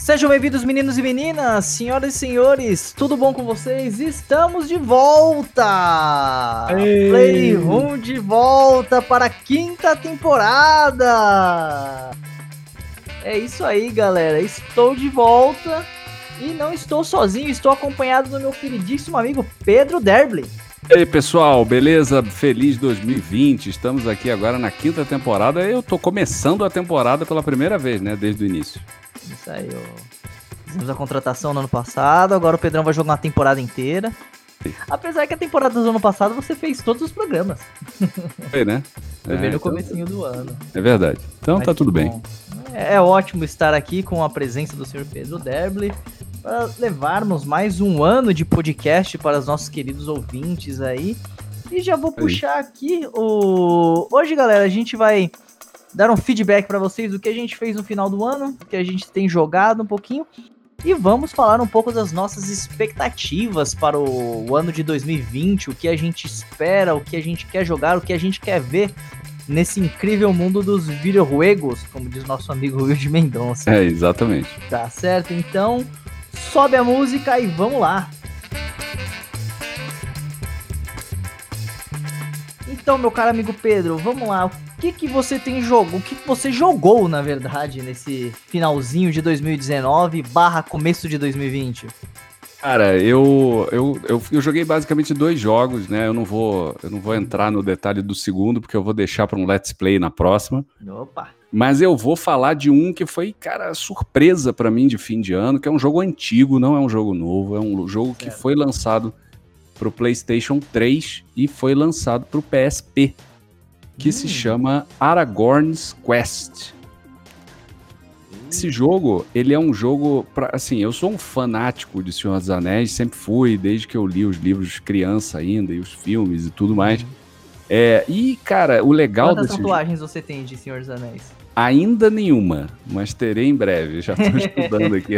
Sejam bem-vindos, meninos e meninas, senhoras e senhores, tudo bom com vocês? Estamos de volta! Ei. Playroom de volta para a 5ª temporada! É isso aí, galera, estou de volta e não estou sozinho, estou acompanhado do meu queridíssimo amigo Pedro Derbley. E aí, pessoal, beleza? Feliz 2020, estamos aqui agora na 5ª temporada. Eu tô começando a temporada pela primeira vez, né, desde o início. Isso aí, fizemos a contratação no ano passado, agora o Pedrão vai jogar uma temporada inteira. Sim. Apesar que a temporada do ano passado você fez todos os programas. Foi, né? Foi bem no comecinho do ano. É verdade. Então mas tá tudo bem. É ótimo estar aqui com a presença do Sr. Pedro Derbley para levarmos mais um ano de podcast para os nossos queridos ouvintes aí. E já vou puxar aqui Hoje, galera, a gente vai dar um feedback para vocês do que a gente fez no final do ano, que a gente tem jogado um pouquinho, e vamos falar um pouco das nossas expectativas para o ano de 2020, o que a gente espera, o que a gente quer jogar, o que a gente quer ver nesse incrível mundo dos videojuegos, como diz nosso amigo Will de Mendonça. É, exatamente. Tá certo? Então, sobe a música e vamos lá! Então, meu caro amigo Pedro, vamos lá. O que você tem jogado? O que você jogou, na verdade, nesse finalzinho de 2019 / começo de 2020? Cara, eu joguei basicamente 2 jogos, né? Eu não vou entrar no detalhe do segundo, porque eu vou deixar para um Let's Play na próxima. Opa! Mas eu vou falar de um que foi, cara, surpresa para mim de fim de ano, que é um jogo antigo, não é um jogo novo, é um jogo que foi lançado pro PlayStation 3 e foi lançado pro PSP, que se chama Aragorn's Quest. Esse jogo, ele é um jogo, assim, eu sou um fanático de Senhor dos Anéis, sempre fui, desde que eu li os livros criança ainda, e os filmes e tudo mais. E, cara, o legal desse jogo... Quantas tatuagens você tem de Senhor dos Anéis? Ainda nenhuma, mas terei em breve, já tô estudando aqui.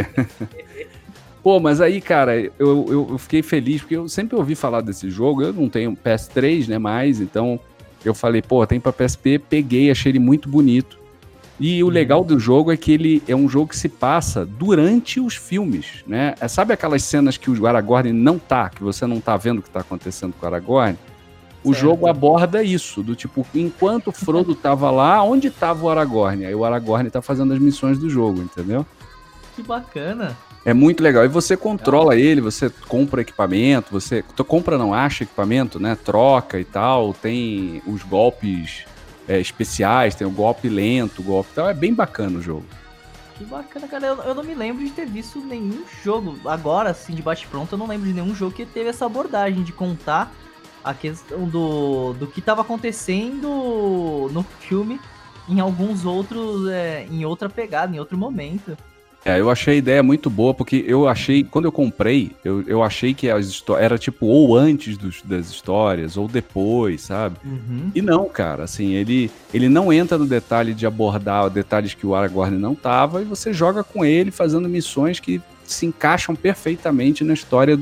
Pô, mas aí, cara, eu fiquei feliz, porque eu sempre ouvi falar desse jogo, eu não tenho PS3, né, mais, então eu falei, pô, tem pra PSP, peguei, achei ele muito bonito. E o legal do jogo é que ele é um jogo que se passa durante os filmes, né? Sabe aquelas cenas que o Aragorn não tá, que você não tá vendo o que tá acontecendo com o Aragorn? O jogo aborda isso, do tipo, enquanto o Frodo tava lá, onde tava o Aragorn? Aí o Aragorn tá fazendo as missões do jogo, entendeu? Que bacana! É muito legal. E você controla ele, você compra equipamento, você acha equipamento, né? Troca e tal. Tem os golpes especiais, tem o golpe lento, o golpe tal. É bem bacana o jogo. Que bacana, cara. Eu não me lembro de ter visto nenhum jogo. Agora, assim, de bate-pronto, eu não lembro de nenhum jogo que teve essa abordagem de contar a questão do que estava acontecendo no filme em alguns outros, em outra pegada, em outro momento. Eu achei a ideia muito boa, porque eu achei, quando eu comprei, eu achei que era tipo ou antes das histórias, ou depois, sabe? E não, cara, assim, ele não entra no detalhe de abordar detalhes que o Aragorn não tava, e você joga com ele fazendo missões que se encaixam perfeitamente na história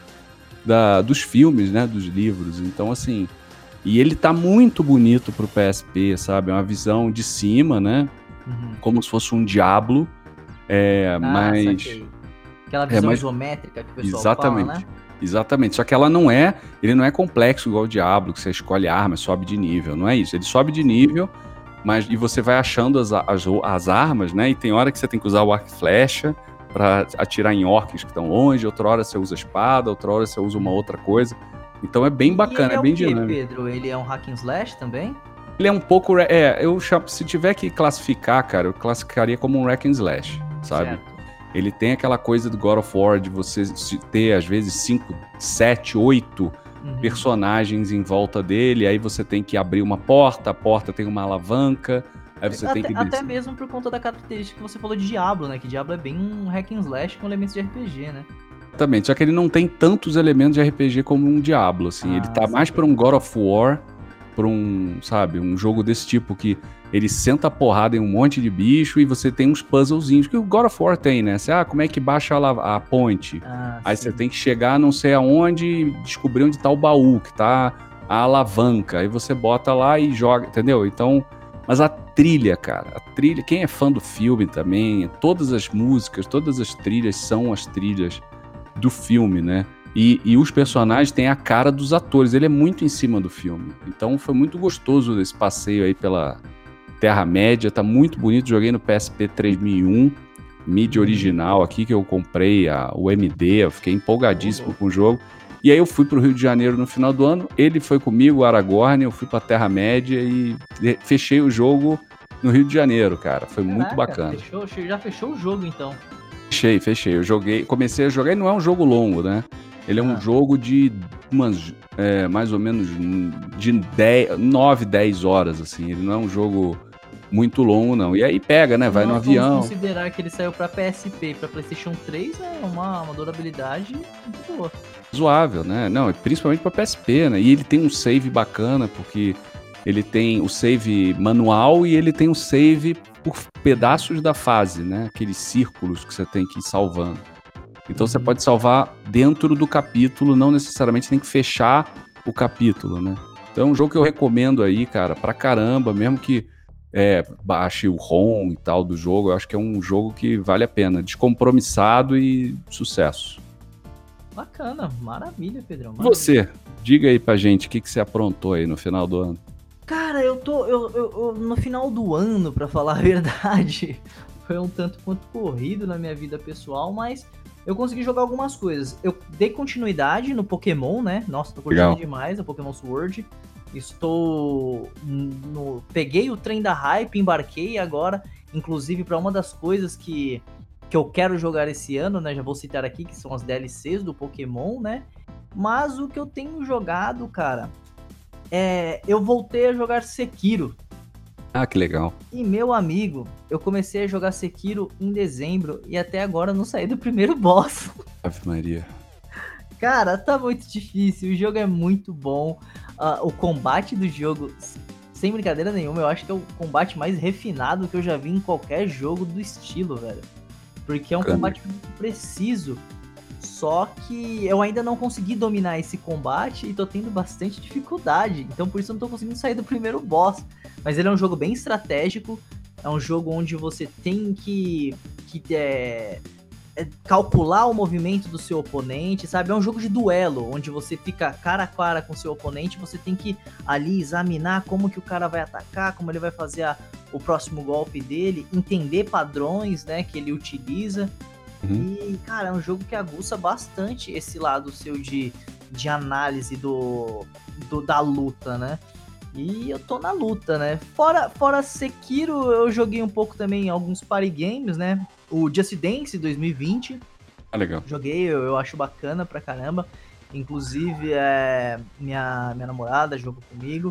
dos filmes, né, dos livros. Então, assim, e ele tá muito bonito pro PSP, sabe? É uma visão de cima, né? Como se fosse um Diablo. Mas... Saquei. Aquela visão isométrica que o pessoal fala, né? Exatamente, só que ele não é complexo igual o Diablo, que você escolhe arma, sobe de nível, não é isso, ele sobe de nível, e você vai achando as armas, né, e tem hora que você tem que usar o arco e flecha pra atirar em orcs que estão longe, outra hora você usa espada, outra hora você usa uma outra coisa, então é bem bacana, é bem dinâmico. Pedro, ele é um hack and slash também? Ele é um pouco, se tiver que classificar, cara, eu classificaria como um hack and slash, sabe? Certo. Ele tem aquela coisa do God of War de você ter, às vezes, 5, 7, 8 personagens em volta dele, aí você tem que abrir uma porta, a porta tem uma alavanca, aí você tem que... Até mesmo por conta da característica que você falou de Diablo, né? Que Diablo é bem um hack and slash com elementos de RPG, né? Exatamente, só que ele não tem tantos elementos de RPG como um Diablo, assim. Ele tá mais pra um God of War, pra um, sabe, um jogo desse tipo que ele senta a porrada em um monte de bicho e você tem uns puzzlezinhos que o God of War tem, né? Você, como é que baixa a ponte? Aí você tem que chegar não sei aonde e descobrir onde tá o baú, que tá a alavanca. Aí você bota lá e joga, entendeu? Então, Mas a trilha, cara, quem é fã do filme também, todas as músicas, todas as trilhas são as trilhas do filme, né? E os personagens têm a cara dos atores, ele é muito em cima do filme. Então foi muito gostoso esse passeio aí pela Terra-média, tá muito bonito. Joguei no PSP 3001, mídia original aqui que eu comprei, o MD, eu fiquei empolgadíssimo com o jogo. E aí eu fui pro Rio de Janeiro no final do ano, ele foi comigo, o Aragorn, eu fui pra Terra-média e fechei o jogo no Rio de Janeiro, cara. Foi muito bacana. Já fechou o jogo, então? Fechei. Eu comecei a jogar e não é um jogo longo, né? Ele é um jogo de mais ou menos de 9, 10 horas, assim. Ele não é um jogo muito longo, não. E aí pega, né? Vai no avião. Vamos considerar que ele saiu pra PSP e pra PlayStation 3, é uma durabilidade muito boa. Razoável, né? Não, principalmente pra PSP, né? E ele tem um save bacana, porque ele tem o save manual e ele tem um save por pedaços da fase, né? Aqueles círculos que você tem que ir salvando. Então você pode salvar dentro do capítulo, não necessariamente tem que fechar o capítulo, né? Então é um jogo que eu recomendo aí, cara, pra caramba, mesmo que baixe o ROM e tal do jogo, eu acho que é um jogo que vale a pena, descompromissado e sucesso. Bacana, maravilha, Pedrão. E você? Diga aí pra gente o que você aprontou aí no final do ano. Cara, eu no final do ano, pra falar a verdade, foi um tanto quanto corrido na minha vida pessoal, mas eu consegui jogar algumas coisas. Eu dei continuidade no Pokémon, né? Nossa, tô curtindo demais o Pokémon Sword. Peguei o trem da hype, embarquei agora, inclusive para uma das coisas que eu quero jogar esse ano, né? Já vou citar aqui, que são as DLCs do Pokémon, né? Mas o que eu tenho jogado, cara, eu voltei a jogar Sekiro. Ah, que legal. E, meu amigo, eu comecei a jogar Sekiro em dezembro e até agora eu não saí do primeiro boss. Ave Maria. Cara, tá muito difícil, o jogo é muito bom. O combate do jogo, sem brincadeira nenhuma, eu acho que é o combate mais refinado que eu já vi em qualquer jogo do estilo, velho. Porque é um combate muito preciso. Só que eu ainda não consegui dominar esse combate e tô tendo bastante dificuldade. Então por isso eu não tô conseguindo sair do primeiro boss. Mas ele é um jogo bem estratégico. É um jogo onde você tem que calcular o movimento do seu oponente, sabe? É um jogo de duelo, onde você fica cara a cara com o seu oponente. Você tem que ali examinar como que o cara vai atacar, como ele vai fazer o próximo golpe dele, entender padrões, né, que ele utiliza. E, cara, é um jogo que aguça bastante esse lado seu de análise da luta, né? E eu tô na luta, né? Fora Sekiro, eu joguei um pouco também alguns party games, né? O Just Dance 2020. Ah, legal. Joguei, eu acho bacana pra caramba. Inclusive, minha namorada jogou comigo.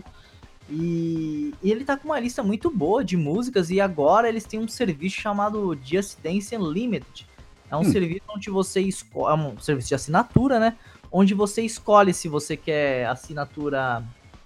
E ele tá com uma lista muito boa de músicas. E agora eles têm um serviço chamado Just Dance Unlimited. É um serviço onde você escolhe. É um serviço de assinatura, né? Onde você escolhe se você quer assinatura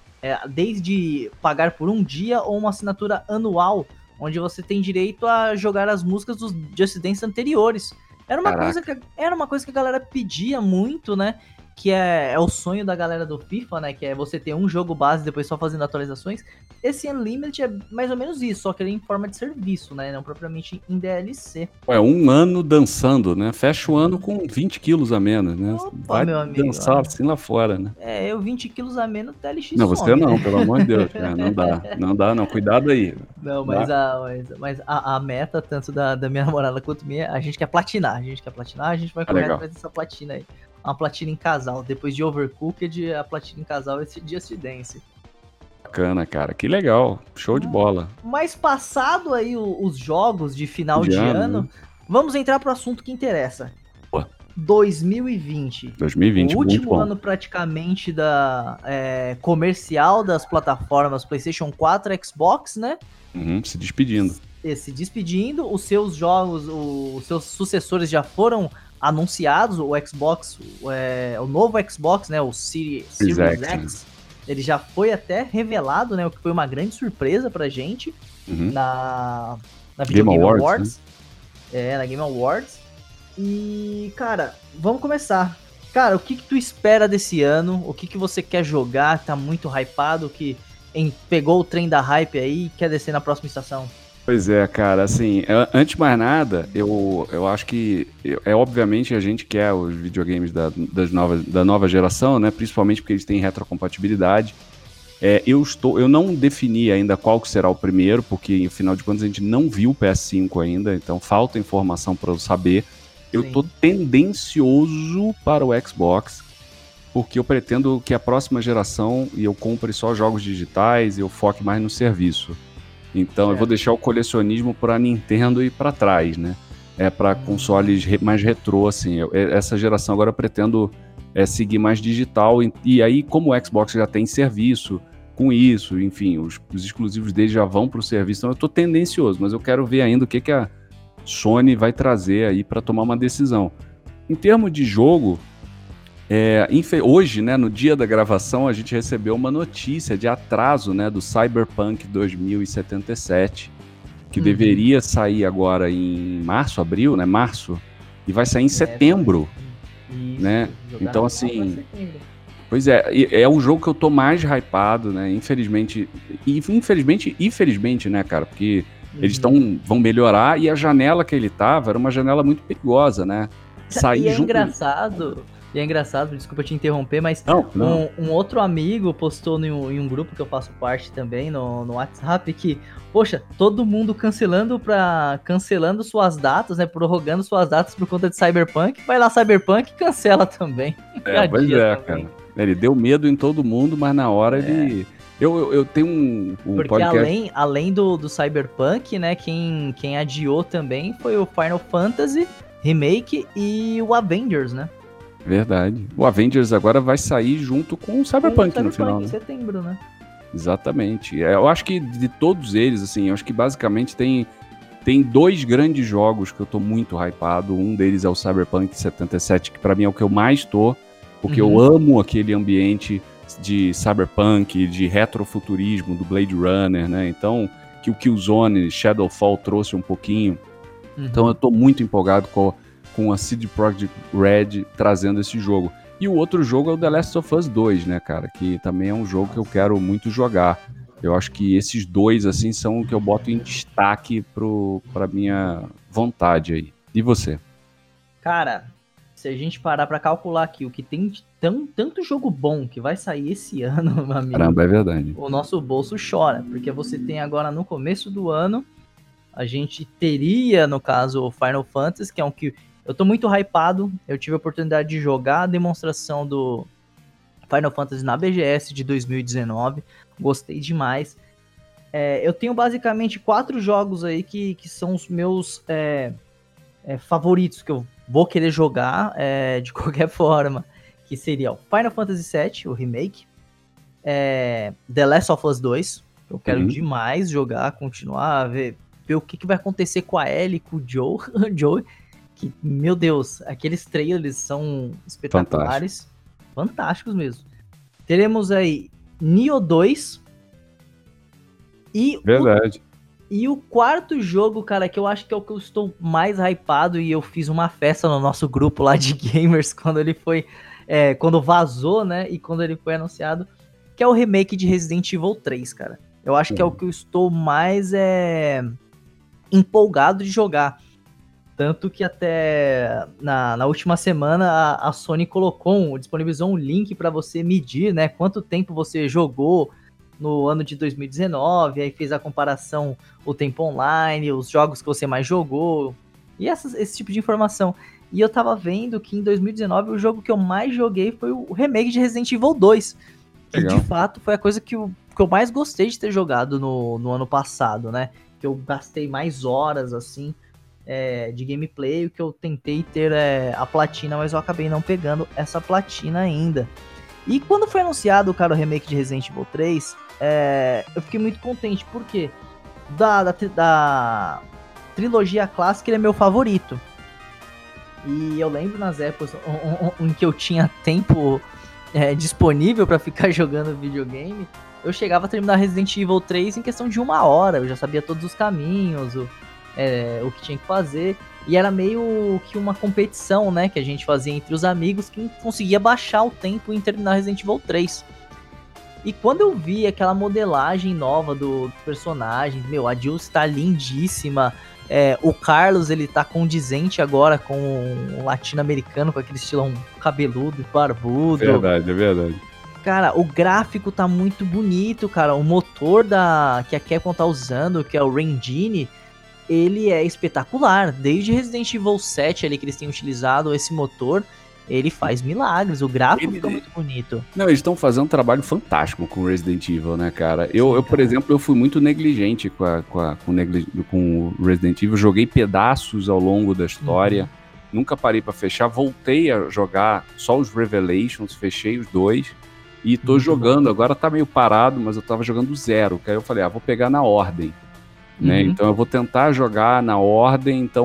desde pagar por um dia ou uma assinatura anual, onde você tem direito a jogar as músicas dos Just Dance anteriores. Era uma coisa que a galera pedia muito, né? Que é o sonho da galera do FIFA, né? Que é você ter um jogo base e depois só fazendo atualizações. Esse Unlimited é mais ou menos isso, só que ele é em forma de serviço, né? Não propriamente em DLC. Um ano dançando, né? Fecha o ano com 20 quilos a menos, né? Opa, vai meu amigo, dançar assim lá fora, né? Eu 20 quilos a menos, TLX Não, você some, não, né? pelo amor de Deus, né? Não dá, cuidado aí. Não, mas a meta, tanto da minha namorada quanto minha, a gente quer platinar, a gente vai correr atrás dessa platina aí. Uma platina em casal, depois de Overcooked, a platina em casal esse Just Dance. Bacana, cara, que legal, show de bola. Mas passado aí os jogos de final de ano, né? Vamos entrar pro assunto que interessa. 2020. O último ano praticamente comercial das plataformas PlayStation 4 e Xbox, né? Se despedindo. Os seus jogos, os seus sucessores já foram anunciados. O Xbox, o novo Xbox, né? O Series X, ele já foi até revelado, né? O que foi uma grande surpresa pra gente na Video Game Awards. Né? Na Game Awards. E, cara, vamos começar. Cara, o que tu espera desse ano? O que você quer jogar? Tá muito hypado? Que pegou o trem da hype aí e quer descer na próxima estação? Pois é, cara, assim, antes de mais nada, eu acho que obviamente a gente quer os videogames da nova geração, né? Principalmente porque eles têm retrocompatibilidade. Eu não defini ainda qual que será o primeiro, porque afinal de contas a gente não viu o PS5 ainda, então falta informação para eu saber. Eu tô tendencioso para o Xbox, porque eu pretendo que a próxima geração eu compre só jogos digitais e eu foque mais no serviço. Então eu vou deixar o colecionismo para Nintendo e para trás, né? Para consoles mais retrô, assim. Essa geração agora eu pretendo seguir mais digital. E aí, como o Xbox já tem serviço com isso, enfim, os exclusivos dele já vão para o serviço. Então eu tô tendencioso, mas eu quero ver ainda o que a Sony vai trazer aí para tomar uma decisão. Em termos de jogo, hoje, né, no dia da gravação, a gente recebeu uma notícia de atraso, né, do Cyberpunk 2077, que deveria sair agora em abril, né, março, e vai sair em setembro, isso, né? Então, assim, pois é o jogo que eu tô mais hypado, né, infelizmente, né, cara, porque eles vão melhorar, e a janela que ele tava era uma janela muito perigosa, né? E é engraçado, desculpa te interromper, mas não. Um outro amigo postou em um grupo que eu faço parte também, no WhatsApp, que, poxa, todo mundo cancelando suas datas, né, prorrogando suas datas por conta de Cyberpunk, vai lá Cyberpunk e cancela também. Pois é, também. Cara. Ele deu medo em todo mundo, mas na hora ele... Eu tenho um porque podcast... além do Cyberpunk, né, quem adiou também foi o Final Fantasy Remake e o Avengers, né? Verdade. O Avengers agora vai sair junto com o Cyberpunk no final. Em setembro, né? Exatamente. Eu acho que de todos eles, assim, eu acho que basicamente tem 2 grandes jogos que eu tô muito hypado. Um deles é o Cyberpunk 77, que pra mim é o que eu mais tô, porque eu amo aquele ambiente de Cyberpunk, de retrofuturismo, do Blade Runner, né? Então, que o Killzone, Shadowfall trouxe um pouquinho. Então eu tô muito empolgado com a CD Projekt Red trazendo esse jogo. E o outro jogo é o The Last of Us 2, né, cara? Que também é um jogo que eu quero muito jogar. Eu acho que esses 2, assim, são o que eu boto em destaque pra minha vontade aí. E você? Cara, se a gente parar pra calcular aqui o que tem de tanto jogo bom que vai sair esse ano, meu amigo... Caramba, é verdade. O nosso bolso chora, porque você tem agora no começo do ano, a gente teria, no caso, o Final Fantasy, que é um que eu tô muito hypado. Eu tive a oportunidade de jogar a demonstração do Final Fantasy na BGS de 2019. Gostei demais. Eu tenho basicamente 4 jogos aí que são os meus favoritos, que eu vou querer jogar de qualquer forma. Que seria o Final Fantasy VII, o remake. The Last of Us 2. Eu quero demais jogar, continuar, ver o que vai acontecer com a Ellie, com o Joe. Que, meu Deus, aqueles trailers são espetaculares. Fantásticos mesmo. Teremos aí Nioh 2. Verdade. E o quarto jogo, cara, que eu acho que é o que eu estou mais hypado, e eu fiz uma festa no nosso grupo lá de gamers quando ele foi... quando vazou, né? E quando ele foi anunciado, que é o remake de Resident Evil 3, cara. Eu acho que é o que eu estou mais empolgado de jogar. Tanto que até na última semana a Sony disponibilizou um link para você medir, né, quanto tempo você jogou no ano de 2019, aí fez a comparação, o tempo online, os jogos que você mais jogou, e esse tipo de informação. E eu tava vendo que em 2019 o jogo que eu mais joguei foi o remake de Resident Evil 2, que de fato foi a coisa que eu mais gostei de ter jogado no ano passado, né, que eu gastei mais horas, assim, de gameplay, o que eu tentei ter a platina, mas eu acabei não pegando essa platina ainda. E quando foi anunciado, cara, o remake de Resident Evil 3, eu fiquei muito contente, porque da trilogia clássica ele é meu favorito. E eu lembro nas épocas em que eu tinha tempo disponível para ficar jogando videogame, eu chegava a terminar Resident Evil 3 em questão de 1 hora, eu já sabia todos os caminhos, o que tinha que fazer, e era meio que uma competição, né, que a gente fazia entre os amigos, quem conseguia baixar o tempo em terminar Resident Evil 3. E quando eu vi aquela modelagem nova do personagem, meu, a Jill está lindíssima. O Carlos, ele tá condizente agora com um latino-americano, com aquele estilão cabeludo, barbudo. Verdade, é verdade. Cara, o gráfico tá muito bonito, cara. O motor que a Capcom tá usando, que é o Engine, ele é espetacular. Desde Resident Evil 7 ali que eles têm utilizado esse motor, ele faz milagres. O gráfico fica muito bonito. Não, eles estão fazendo um trabalho fantástico com Resident Evil, né, cara? Eu, por exemplo, eu fui muito negligente com o Resident Evil. Joguei pedaços ao longo da história. Nunca parei pra fechar. Voltei a jogar só os Revelations, fechei os 2. E tô jogando, agora tá meio parado, mas eu tava jogando 0, que aí eu falei, vou pegar na ordem, né? Então eu vou tentar jogar na ordem, então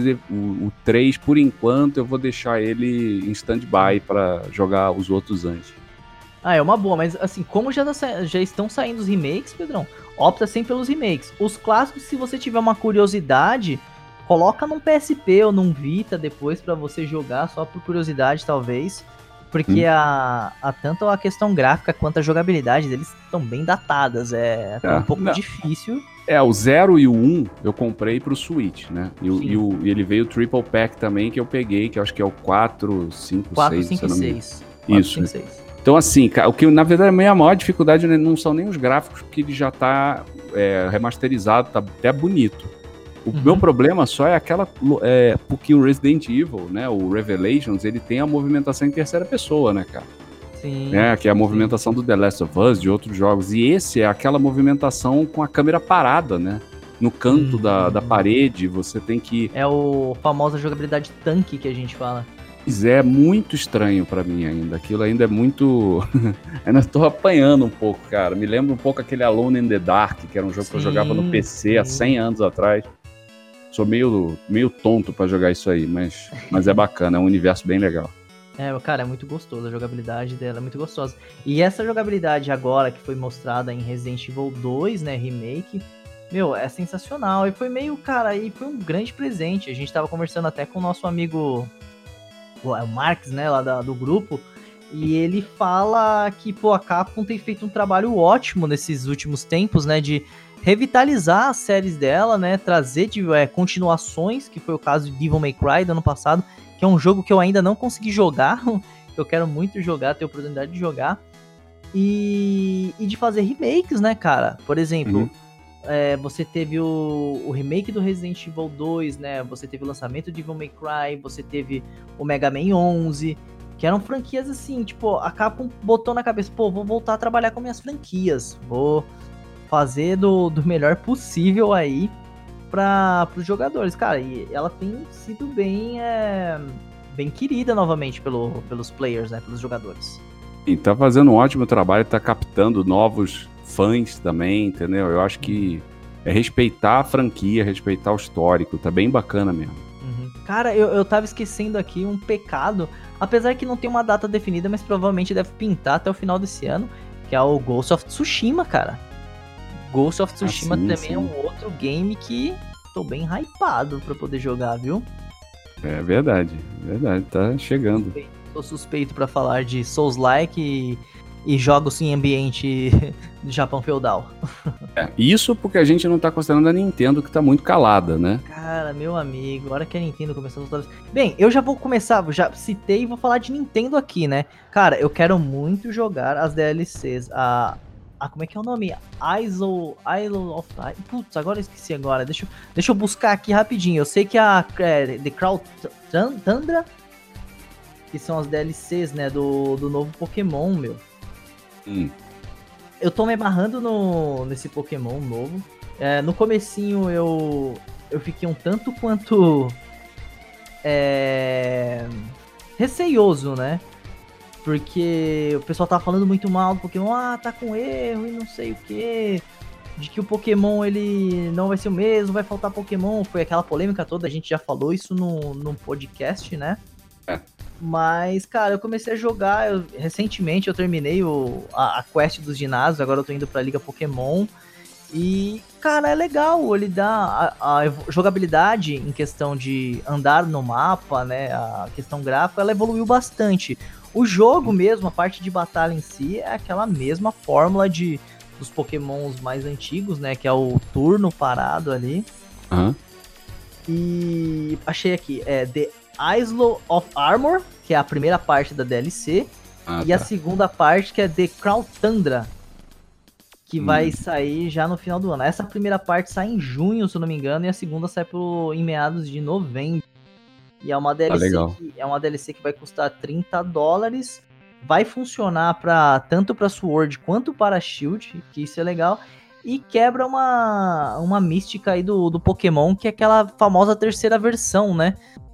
o 3, por enquanto, eu vou deixar ele em stand-by pra jogar os outros antes. É uma boa, mas assim, como já estão saindo os remakes, Pedrão, opta sempre pelos remakes. Os clássicos, se você tiver uma curiosidade, coloca num PSP ou num Vita depois pra você jogar, só por curiosidade, talvez. Porque tanto a questão gráfica quanto a jogabilidade deles estão bem datadas. É um pouco difícil. O 0 e o 1 eu comprei pro Switch, né? E ele veio o Triple Pack também, que eu peguei, que eu acho que é o 4, 5, 6. 5 e 6. Isso. 5, 6. Então, assim, o que na verdade a minha maior dificuldade não são nem os gráficos, porque ele já tá remasterizado, tá até bonito. O meu problema só é porque o Resident Evil, né, o Revelations, ele tem a movimentação em terceira pessoa, né, cara? Sim. Que é a movimentação do The Last of Us, de outros jogos. E esse é aquela movimentação com a câmera parada, né? No canto da parede, você tem que... É o famosa jogabilidade tanque que a gente fala. É muito estranho pra mim ainda. Aquilo ainda é muito... ainda tô apanhando um pouco, cara. Me lembra um pouco aquele Alone in the Dark, que era um jogo que eu jogava no PC há 100 anos atrás. Sou meio tonto pra jogar isso aí, mas é bacana, é um universo bem legal. Cara, é muito gostoso, a jogabilidade dela é muito gostosa. E essa jogabilidade agora que foi mostrada em Resident Evil 2, né, remake, meu, é sensacional. E foi foi um grande presente. A gente tava conversando até com o nosso amigo, o Marx, né, lá do grupo, e ele fala que, a Capcom tem feito um trabalho ótimo nesses últimos tempos, né, de revitalizar as séries dela, né, trazer continuações, que foi o caso de Devil May Cry do ano passado, que é um jogo que eu ainda não consegui jogar, eu quero muito jogar, ter a oportunidade de jogar, e de fazer remakes, né, cara? Por exemplo, você teve o remake do Resident Evil 2, né, você teve o lançamento de Devil May Cry, você teve o Mega Man 11, que eram franquias assim, a Capcom botou na cabeça, vou voltar a trabalhar com minhas franquias, vou fazer do melhor possível aí para os jogadores, cara, e ela tem sido bem querida novamente pelos players, né, pelos jogadores. E tá fazendo um ótimo trabalho, tá captando novos fãs também, entendeu? Eu acho que é respeitar a franquia, respeitar o histórico, tá bem bacana mesmo. Cara, eu tava esquecendo aqui um pecado, apesar que não tem uma data definida, mas provavelmente deve pintar até o final desse ano, que é o Ghost of Tsushima, cara. Ghost of Tsushima também é um outro game que tô bem hypado pra poder jogar, viu? É verdade, tá chegando. Tô suspeito pra falar de Souls-like e jogos em ambiente do Japão feudal. Isso porque a gente não tá considerando a Nintendo, que tá muito calada, né? Cara, meu amigo, a hora que a Nintendo começar a soltar... Bem, eu já vou começar, já citei e vou falar de Nintendo aqui, né? Cara, eu quero muito jogar as DLCs, como é que é o nome? Isle of... Putz, agora eu esqueci agora. Deixa eu buscar aqui rapidinho. Eu sei que The Crown Tundra, que são as DLCs, né, do novo Pokémon, meu. Eu tô me amarrando nesse Pokémon novo. No comecinho eu fiquei um tanto quanto receioso, né? Porque o pessoal tava falando muito mal do Pokémon, tá com erro e não sei o que, de que o Pokémon ele não vai ser o mesmo, vai faltar Pokémon, foi aquela polêmica toda, a gente já falou isso num podcast, né? Mas, cara, eu comecei a jogar, recentemente eu terminei a quest dos ginásios, agora eu tô indo pra Liga Pokémon, e, cara, é legal, ele dá a jogabilidade em questão de andar no mapa, né, a questão gráfica, ela evoluiu bastante. O jogo mesmo, a parte de batalha em si, é aquela mesma fórmula dos Pokémons mais antigos, né? Que é o turno parado ali. Aham. E achei aqui, The Isle of Armor, que é a primeira parte da DLC, e a segunda parte que é The Crown Tundra, que vai sair já no final do ano. Essa primeira parte sai em junho, se eu não me engano, e a segunda sai em meados de novembro. E é uma DLC que vai custar $30, vai funcionar tanto para Sword quanto para Shield, que isso é legal. E quebra uma mística aí do Pokémon, que é aquela famosa terceira versão, né?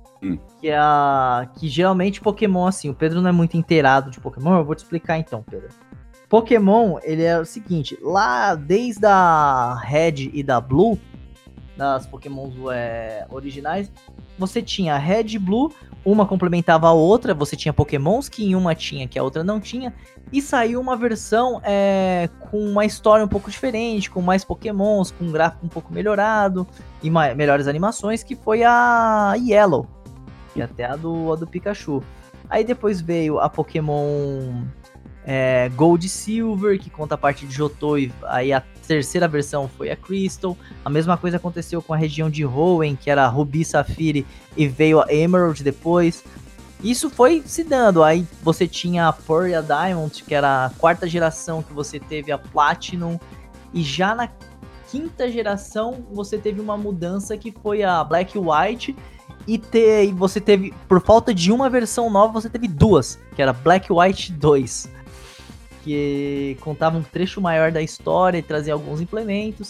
Que geralmente Pokémon, assim, o Pedro não é muito inteirado de Pokémon, eu vou te explicar então, Pedro. Pokémon, ele é o seguinte, lá desde a Red e da Blue, das Pokémons originais, você tinha Red e Blue, uma complementava a outra, você tinha Pokémons que em uma tinha, que a outra não tinha, e saiu uma versão com uma história um pouco diferente, com mais Pokémons, com um gráfico um pouco melhorado, e melhores animações, que foi a Yellow, e até a do Pikachu. Aí depois veio a Pokémon Gold e Silver, que conta a parte de Johto, e aí a terceira versão foi a Crystal. A mesma coisa aconteceu com a região de Hoenn, que era Ruby, Safire, e veio a Emerald depois. Isso foi se dando, aí você tinha a Pearl e a Diamond, que era a quarta geração, que você teve a Platinum, e já na quinta geração você teve uma mudança que foi a Black e White, e você teve, por falta de uma versão nova, você teve duas, que era Black White 2, que contava um trecho maior da história e trazia alguns implementos.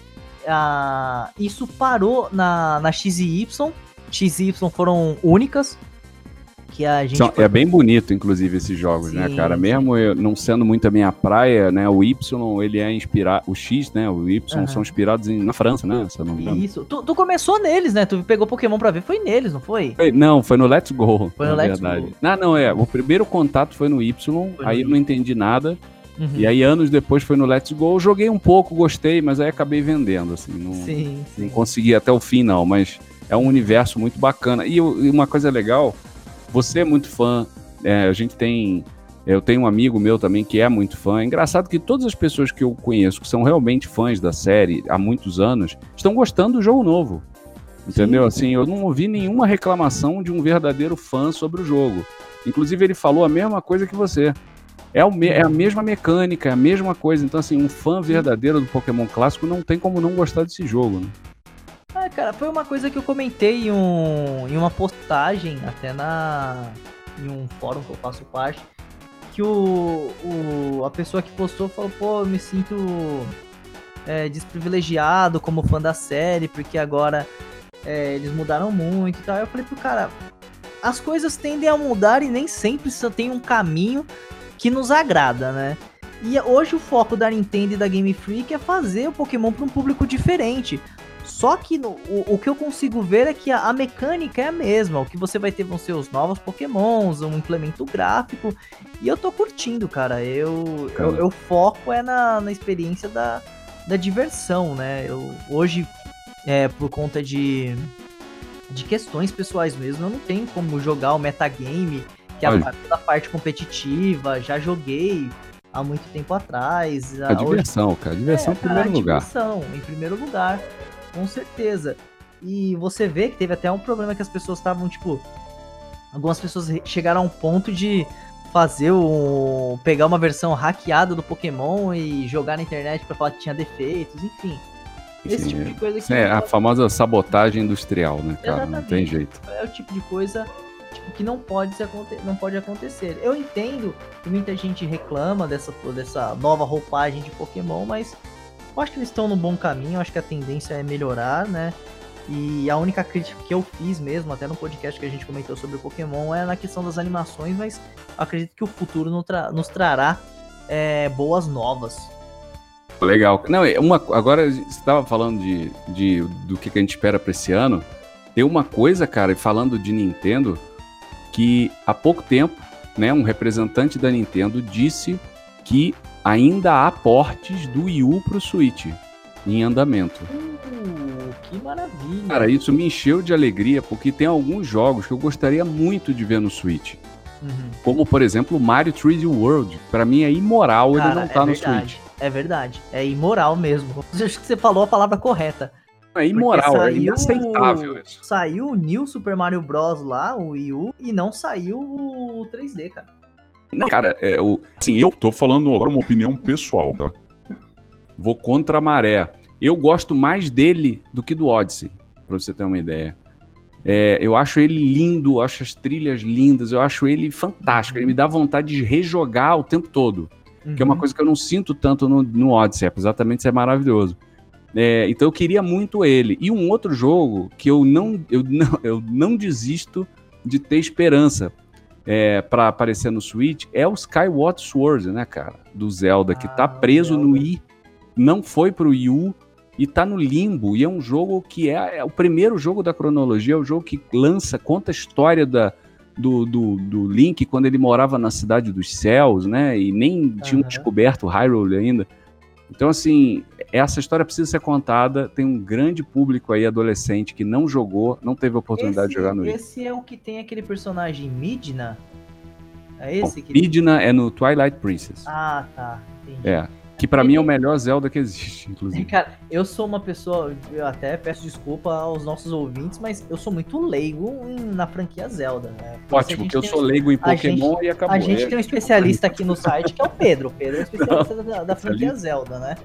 Isso parou na X e Y. X e Y foram únicas. Que a gente é bem bonito, inclusive, esses jogos, sim, né, cara? Mesmo eu não sendo muito a minha praia, né? O Y, ele é inspirado... O X, né? O Y são inspirados na França, né? Se eu não me engano. Isso. Tu começou neles, né? Tu pegou Pokémon pra ver. Foi neles, não foi? Não, foi no Let's Go. Foi no Let's Go. O primeiro contato foi no Y, aí eu não entendi nada. E aí, anos depois, foi no Let's Go. Eu joguei um pouco, gostei, mas aí acabei vendendo, assim. Não consegui até o fim, não. Mas é um universo muito bacana. E uma coisa legal... Você é muito fã, eu tenho um amigo meu também que é muito fã. É engraçado que todas as pessoas que eu conheço que são realmente fãs da série há muitos anos estão gostando do jogo novo, entendeu? Sim. Assim, eu não ouvi nenhuma reclamação de um verdadeiro fã sobre o jogo. Inclusive ele falou a mesma coisa que você. É a mesma mecânica, é a mesma coisa. Então assim, um fã verdadeiro do Pokémon clássico não tem como não gostar desse jogo, né? Cara, foi uma coisa que eu comentei em uma postagem, até em um fórum que eu faço parte, que a pessoa que postou falou, pô, eu me sinto desprivilegiado como fã da série, porque agora eles mudaram muito e tal. Eu falei pro cara, as coisas tendem a mudar e nem sempre só tem um caminho que nos agrada, né? E hoje o foco da Nintendo e da Game Freak é fazer o Pokémon para um público diferente. Só que o que eu consigo ver é que a mecânica é a mesma. O que você vai ter vão ser os novos Pokémons, um implemento gráfico. E eu tô curtindo, cara. Eu foco na experiência da diversão, né? Hoje, por conta de questões pessoais mesmo, eu não tenho como jogar o metagame, que é a parte competitiva. Já joguei há muito tempo atrás. A diversão, cara. Diversão em primeiro lugar. Diversão, em primeiro lugar. Com certeza. E você vê que teve até um problema que as pessoas estavam, tipo... Algumas pessoas chegaram a um ponto de pegar uma versão hackeada do Pokémon e jogar na internet pra falar que tinha defeitos, enfim. Esse tipo de coisa que... a famosa sabotagem industrial, né, cara? Exatamente. Não tem jeito. É o tipo de coisa que não pode acontecer. Eu entendo que muita gente reclama dessa nova roupagem de Pokémon, mas... Eu acho que eles estão no bom caminho, eu acho que a tendência é melhorar, né? E a única crítica que eu fiz mesmo, até no podcast que a gente comentou sobre o Pokémon, é na questão das animações, mas acredito que o futuro nos trará boas novas. Legal. Não, agora você estava falando do que a gente espera para esse ano. Tem uma coisa, cara, falando de Nintendo, que há pouco tempo, né, um representante da Nintendo disse que ainda há portes do Wii U pro Switch em andamento. Que maravilha! Cara, isso me encheu de alegria, porque tem alguns jogos que eu gostaria muito de ver no Switch. Como, por exemplo, o Mario 3D World. Pra mim é imoral, cara, ele não tá no Switch. É verdade, é imoral mesmo. Acho que você falou a palavra correta. É imoral, é inaceitável isso. Saiu o New Super Mario Bros. Lá, o Wii U, e não saiu o 3D, cara. Não, cara, assim, eu tô falando agora uma opinião pessoal, tá? Vou contra a maré. Eu gosto mais dele do que do Odyssey, pra você ter uma ideia. Eu acho ele lindo, acho as trilhas lindas, eu acho ele fantástico. Ele me dá vontade de rejogar o tempo todo. Que é uma coisa que eu não sinto tanto no Odyssey, apesar também de ser maravilhoso. Então eu queria muito ele. E um outro jogo que eu não desisto de ter esperança pra aparecer no Switch é o Skyward Sword, né, cara? Do Zelda, que tá preso no Wii, não foi pro Wii U e tá no limbo. E é um jogo que é o primeiro jogo da cronologia, é o jogo que conta a história do Link quando ele morava na Cidade dos Céus, né? E nem tinham descoberto Hyrule ainda. Então, assim, essa história precisa ser contada. Tem um grande público aí, adolescente, que não jogou, não teve a oportunidade de jogar no Wii. Esse é o que tem aquele personagem Midna? É esse? Bom, Midna é no Twilight Princess. Ah, tá. Entendi. Que pra mim é o melhor Zelda que existe, inclusive. Cara, eu sou uma pessoa, eu até peço desculpa aos nossos ouvintes, mas eu sou muito leigo na franquia Zelda, né? Ótimo, porque eu sou leigo em Pokémon e acabou. A gente tem um especialista aqui no site que é o Pedro. O Pedro é especialista da franquia Zelda, né?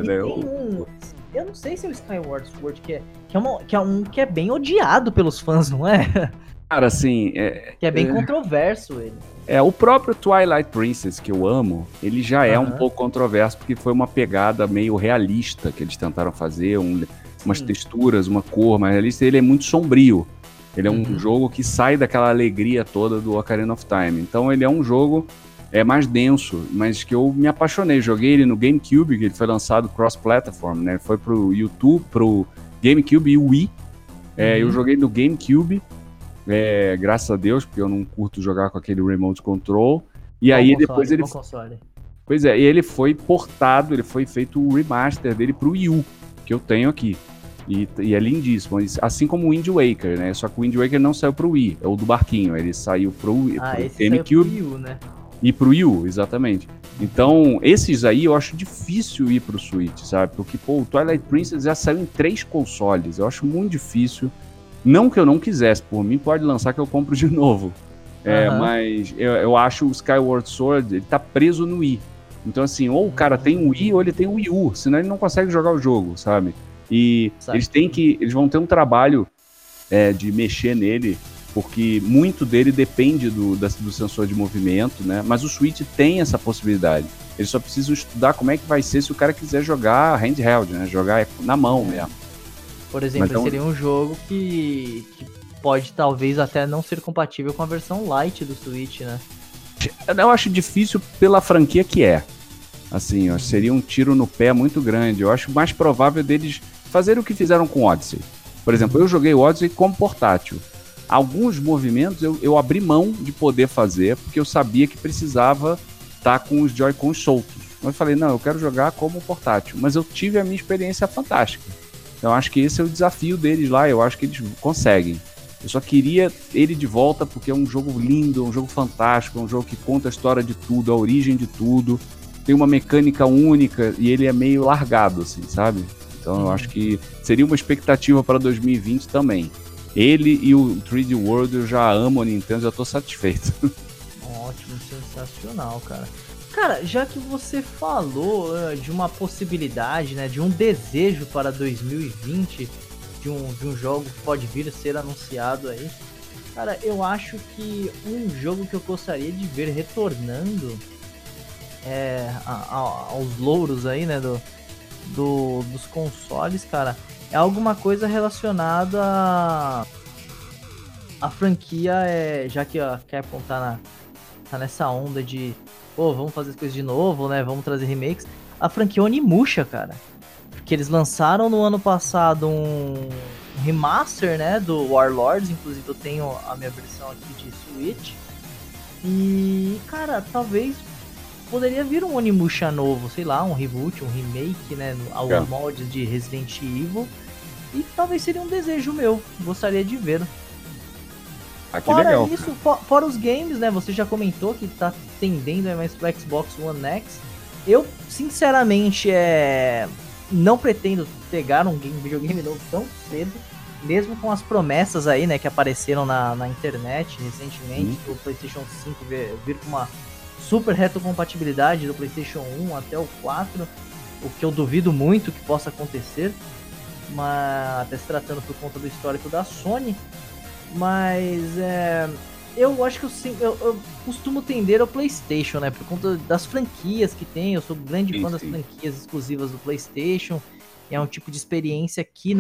Eu não sei se é o Skyward Sword, que é bem odiado pelos fãs, não é? Cara, assim... que é bem controverso ele. O próprio Twilight Princess, que eu amo, ele já é um pouco controverso, porque foi uma pegada meio realista que eles tentaram fazer, umas texturas, uma cor mais realista, ele é muito sombrio. Ele é um jogo que sai daquela alegria toda do Ocarina of Time. Então ele é um jogo mais denso, mas que eu me apaixonei. Joguei ele no GameCube, que ele foi lançado cross-platform, né? Foi pro YouTube, pro GameCube e Wii. Eu joguei no GameCube, graças a Deus, porque eu não curto jogar com aquele remote control. E aí depois ele... Pois é, e ele foi portado, ele foi feito o remaster dele pro Wii U, que eu tenho aqui. E é lindíssimo, assim como o Wind Waker, né? Só que o Wind Waker não saiu pro Wii, é o do barquinho, ele saiu pro GameCube Wii U, né? E pro Wii U, exatamente. Então, esses aí eu acho difícil ir pro Switch, sabe? Porque, o Twilight Princess já saiu em 3 consoles, eu acho muito difícil. Não que eu não quisesse, por mim pode lançar que eu compro de novo. Mas eu acho o Skyward Sword, ele tá preso no Wii. Então, assim, ou o cara tem um Wii ou ele tem um Wii U, senão ele não consegue jogar o jogo, sabe? E eles vão ter um trabalho de mexer nele, porque muito dele depende do sensor de movimento, né? Mas o Switch tem essa possibilidade. Eles só precisam estudar como é que vai ser se o cara quiser jogar handheld, né? Jogar na mão mesmo. Por exemplo, seria um jogo que pode talvez até não ser compatível com a versão Lite do Switch, né? Eu acho difícil pela franquia que é. Assim, seria um tiro no pé muito grande. Eu acho mais provável deles fazerem o que fizeram com o Odyssey. Por exemplo, eu joguei o Odyssey como portátil. Alguns movimentos eu abri mão de poder fazer, porque eu sabia que precisava estar com os Joy-Cons soltos. Eu falei, não, eu quero jogar como portátil. Mas eu tive a minha experiência fantástica. Eu acho que esse é o desafio deles lá, eu acho que eles conseguem. Eu só queria ele de volta porque é um jogo lindo, um jogo fantástico, é um jogo que conta a história de tudo, a origem de tudo. Tem uma mecânica única e ele é meio largado, assim, sabe? Então eu acho que seria uma expectativa para 2020 também. Ele e o 3D World eu já amo a Nintendo, já tô satisfeito. Ótimo, sensacional, cara. Cara, já que você falou de uma possibilidade, né, de um desejo para 2020, de um jogo que pode vir a ser anunciado aí, cara, eu acho que um jogo que eu gostaria de ver retornando aos louros aí, né, dos consoles, cara, é alguma coisa relacionada à franquia, já que a Capcom tá nessa onda de vamos fazer as coisas de novo, né? Vamos trazer remakes. A franquia Onimusha, cara. Porque eles lançaram no ano passado um remaster, né? Do Warlords. Inclusive eu tenho a minha versão aqui de Switch. E, cara, talvez poderia vir um Onimusha novo. Sei lá, um reboot, um remake, né? Aos moldes de Resident Evil. E talvez seria um desejo meu. Gostaria de ver. Ah, que Fora legal. isso, fora os games, né? Você já comentou que tá tendendo mais pro Xbox One X. Eu, sinceramente, não pretendo pegar um videogame novo tão cedo, mesmo com as promessas aí, né, que apareceram na internet recentemente, do PlayStation 5 vir com uma super retrocompatibilidade do PlayStation 1 até o 4, o que eu duvido muito que possa acontecer, mas até se tratando por conta do histórico da Sony. Mas eu acho que eu costumo tender ao PlayStation, né? Por conta das franquias que tem. Eu sou grande fã das franquias exclusivas do PlayStation. É um tipo de experiência que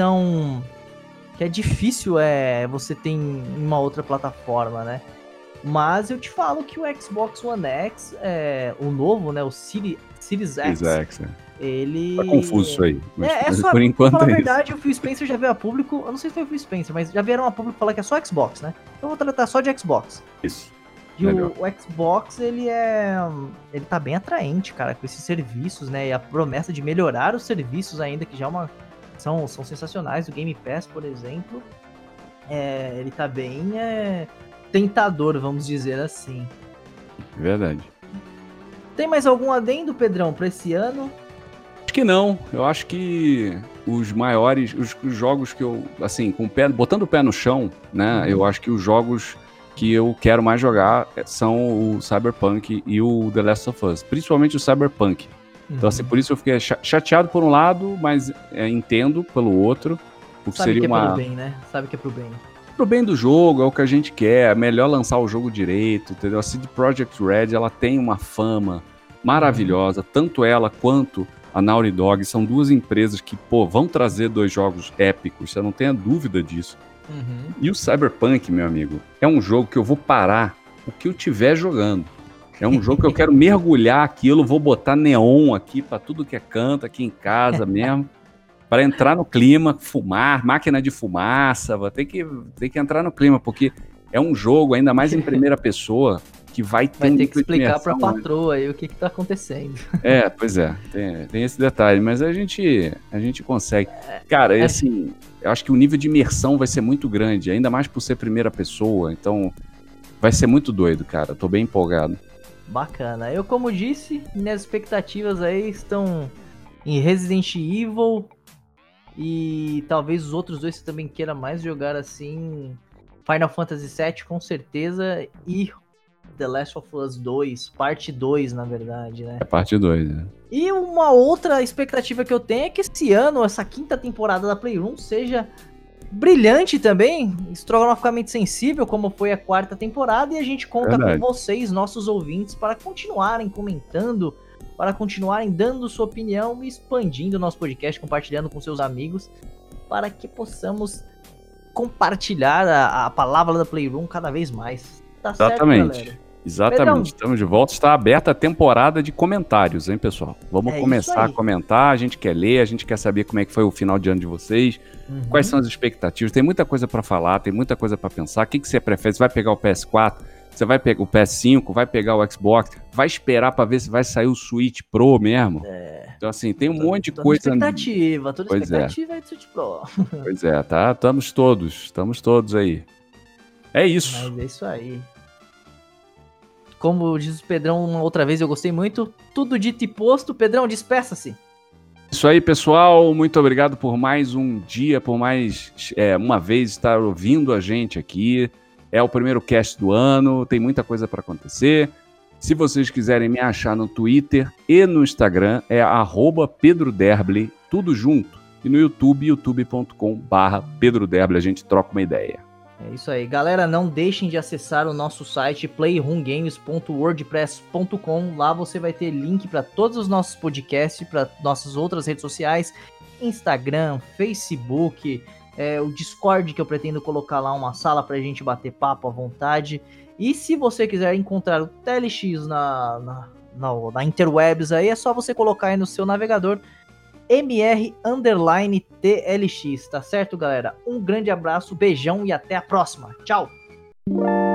é difícil você ter em uma outra plataforma, né? Mas eu te falo que o Xbox One X, o novo, né? O Series X. Ele... Tá confuso isso aí. Mas só, por enquanto pra falar é a verdade, o Phil Spencer já veio a público. Eu não sei se foi o Phil Spencer, mas já vieram a público falar que é só Xbox, né? Então eu vou tratar só de Xbox. Isso. E o Xbox, ele tá bem atraente, cara, com esses serviços, né? E a promessa de melhorar os serviços ainda, que já são sensacionais. O Game Pass, por exemplo, ele tá bem tentador, vamos dizer assim. Verdade. Tem mais algum adendo, Pedrão, pra esse ano? Acho que não. Eu acho que os maiores, os jogos que eu, assim, botando o pé no chão, né? Eu acho que os jogos que eu quero mais jogar são o Cyberpunk e o The Last of Us. Principalmente o Cyberpunk. Então, assim, por isso eu fiquei chateado por um lado, mas entendo pelo outro. Porque Sabe seria que é pro bem, né? Sabe que é pro bem. Pro bem do jogo, é o que a gente quer. É melhor lançar o jogo direito, entendeu? A CD Projekt Red, ela tem uma fama maravilhosa. Tanto ela quanto a Naughty Dog são duas empresas que, vão trazer 2 jogos épicos, você não tenha dúvida disso. E o Cyberpunk, meu amigo, é um jogo que eu vou parar o que eu estiver jogando. É um jogo que eu quero mergulhar aquilo, vou botar neon aqui pra tudo que é canto, aqui em casa mesmo, para entrar no clima, fumar, máquina de fumaça, vou ter que entrar no clima, porque é um jogo, ainda mais em primeira pessoa, que vai ter que explicar pra patroa aí o que tá acontecendo. Pois é, tem esse detalhe, mas a gente consegue. Cara, assim, eu acho que o nível de imersão vai ser muito grande, ainda mais por ser primeira pessoa, então vai ser muito doido, cara, tô bem empolgado. Bacana. Eu, como disse, minhas expectativas aí estão em Resident Evil e talvez os outros 2 você também queira mais jogar assim, Final Fantasy VII com certeza e The Last of Us 2, parte 2, na verdade, né? É parte 2, né? E uma outra expectativa que eu tenho é que esse ano, essa 5ª temporada da Playroom seja brilhante também, estrogonoficamente sensível, como foi a 4ª temporada, e a gente conta com vocês, nossos ouvintes, para continuarem comentando, para continuarem dando sua opinião e expandindo o nosso podcast, compartilhando com seus amigos, para que possamos compartilhar a palavra da Playroom cada vez mais. Tá certo, galera? Exatamente, Pedrão, estamos de volta, está aberta a temporada de comentários, hein, pessoal? Vamos começar a comentar, a gente quer ler, a gente quer saber como é que foi o final de ano de vocês, quais são as expectativas, tem muita coisa para falar, tem muita coisa para pensar, o que você prefere? Você vai pegar o PS4, você vai pegar o PS5, vai pegar o Xbox, vai esperar para ver se vai sair o Switch Pro mesmo? Então, assim, tem um monte de coisa... Toda expectativa é do Switch Pro. Pois é, tá? Estamos todos aí. É isso. Mas é isso aí. Como diz o Pedrão uma outra vez, eu gostei muito. Tudo dito e posto. Pedrão, despeça-se. Isso aí, pessoal. Muito obrigado por mais um dia, por mais uma vez estar ouvindo a gente aqui. É o primeiro cast do ano, tem muita coisa para acontecer. Se vocês quiserem me achar no Twitter e no Instagram, é @PedroDerble, tudo junto. E no YouTube, youtube.com/PedroDerble, a gente troca uma ideia. É isso aí. Galera, não deixem de acessar o nosso site playroomgames.wordpress.com. Lá você vai ter link para todos os nossos podcasts, para nossas outras redes sociais, Instagram, Facebook, o Discord, que eu pretendo colocar lá uma sala pra gente bater papo à vontade. E se você quiser encontrar o TLX na interwebs aí, é só você colocar aí no seu navegador MR_TLX, tá certo, galera? Um grande abraço, beijão e até a próxima. Tchau!